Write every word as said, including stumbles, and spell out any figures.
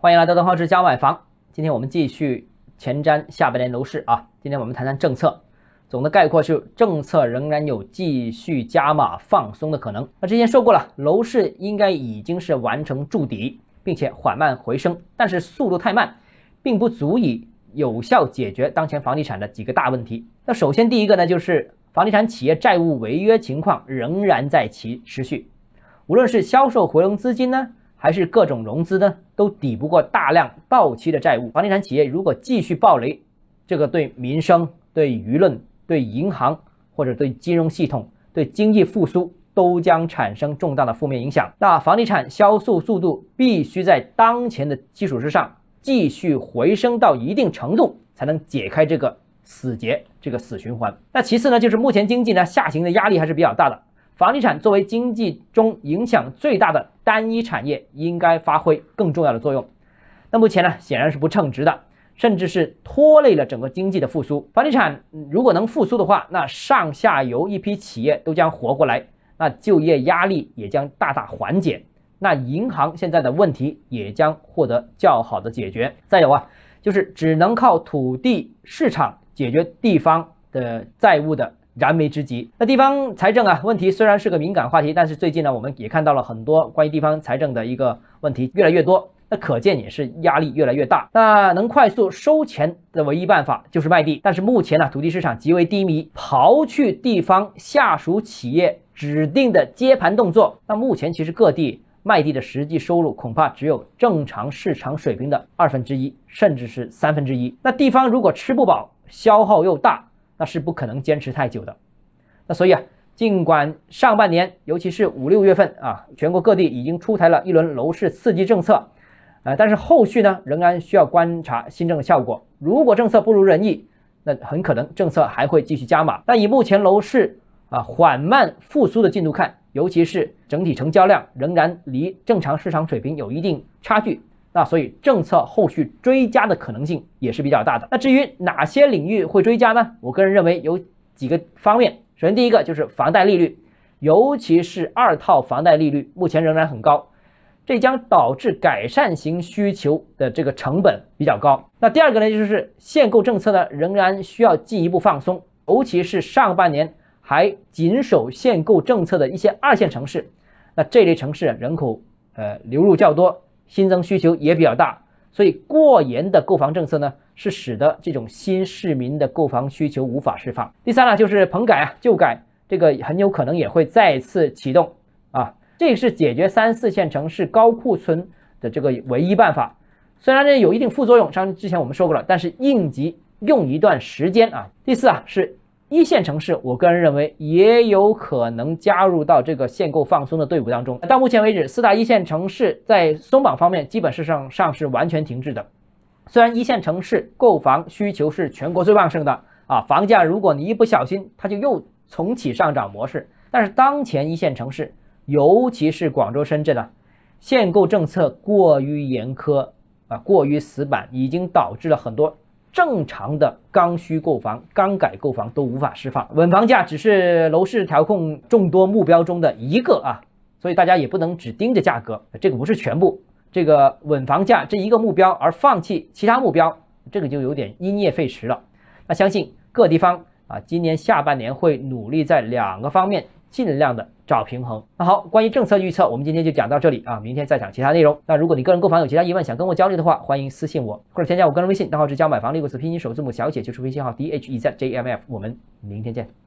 欢迎来到邓浩志教买房。今天我们继续前瞻下半年楼市啊。今天我们谈谈政策，总的概括是政策仍然有继续加码放松的可能。那之前说过了，楼市应该已经是完成筑底，并且缓慢回升，但是速度太慢，并不足以有效解决当前房地产的几个大问题。那首先第一个呢，就是房地产企业债务违约情况仍然在其持续，无论是销售回笼资金呢，还是各种融资呢，都抵不过大量到期的债务。房地产企业如果继续暴雷，这个对民生、对舆论、对银行或者对金融系统、对经济复苏都将产生重大的负面影响。那房地产销售速度必须在当前的基础之上继续回升到一定程度，才能解开这个死结，这个死循环。那其次呢，就是目前经济呢下行的压力还是比较大的。房地产作为经济中影响最大的单一产业，应该发挥更重要的作用。那目前呢，显然是不称职的，甚至是拖累了整个经济的复苏。房地产如果能复苏的话，那上下游一批企业都将活过来，那就业压力也将大大缓解，那银行现在的问题也将获得较好的解决。再有啊，就是只能靠土地市场解决地方的债务的燃眉之急。那地方财政啊问题虽然是个敏感话题，但是最近呢，我们也看到了很多关于地方财政的一个问题越来越多，那可见也是压力越来越大。那能快速收钱的唯一办法就是卖地，但是目前呢，土地市场极为低迷，刨去地方下属企业指定的接盘动作，那目前其实各地卖地的实际收入恐怕只有正常市场水平的二分之一，甚至是三分之一。那地方如果吃不饱，消耗又大，那是不可能坚持太久的。那所以啊，尽管上半年尤其是五六月份啊，全国各地已经出台了一轮楼市刺激政策，呃，但是后续呢仍然需要观察新政的效果。如果政策不如人意，那很可能政策还会继续加码。但以目前楼市啊缓慢复苏的进度看，尤其是整体成交量仍然离正常市场水平有一定差距，那所以政策后续追加的可能性也是比较大的。那至于哪些领域会追加呢？我个人认为有几个方面。首先第一个就是房贷利率，尤其是二套房贷利率目前仍然很高，这将导致改善型需求的这个成本比较高。那第二个呢，就是限购政策呢仍然需要进一步放松，尤其是上半年还谨守限购政策的一些二线城市，那这类城市人口呃流入较多，新增需求也比较大，所以过严的购房政策呢，是使得这种新市民的购房需求无法释放。第三呢，就是棚改啊、旧改，这个很有可能也会再次启动啊，这是解决三四线城市高库存的这个唯一办法。虽然呢有一定副作用，像之前我们说过了，但是应急用一段时间啊。第四啊，是一线城市，我个人认为也有可能加入到这个限购放松的队伍当中。到目前为止，四大一线城市在松绑方面基本上上是完全停滞的。虽然一线城市购房需求是全国最旺盛的啊，房价如果你一不小心它就又重启上涨模式，但是当前一线城市，尤其是广州、深圳啊，限购政策过于严苛啊，过于死板，已经导致了很多正常的刚需购房、刚改购房都无法释放。稳房价只是楼市调控众多目标中的一个啊，所以大家也不能只盯着价格，这个不是全部。这个稳房价这一个目标而放弃其他目标，这个就有点因噎废食了。那相信各地方啊，今年下半年会努力在两个方面尽量的找平衡。那好，关于政策预测，我们今天就讲到这里啊，明天再讲其他内容。那如果你个人购房有其他疑问，想跟我交流的话，欢迎私信我或者添加我个人微信，账号是教买房六个字拼音首字母小写就是微信号 D H E Z J M F。我们明天见。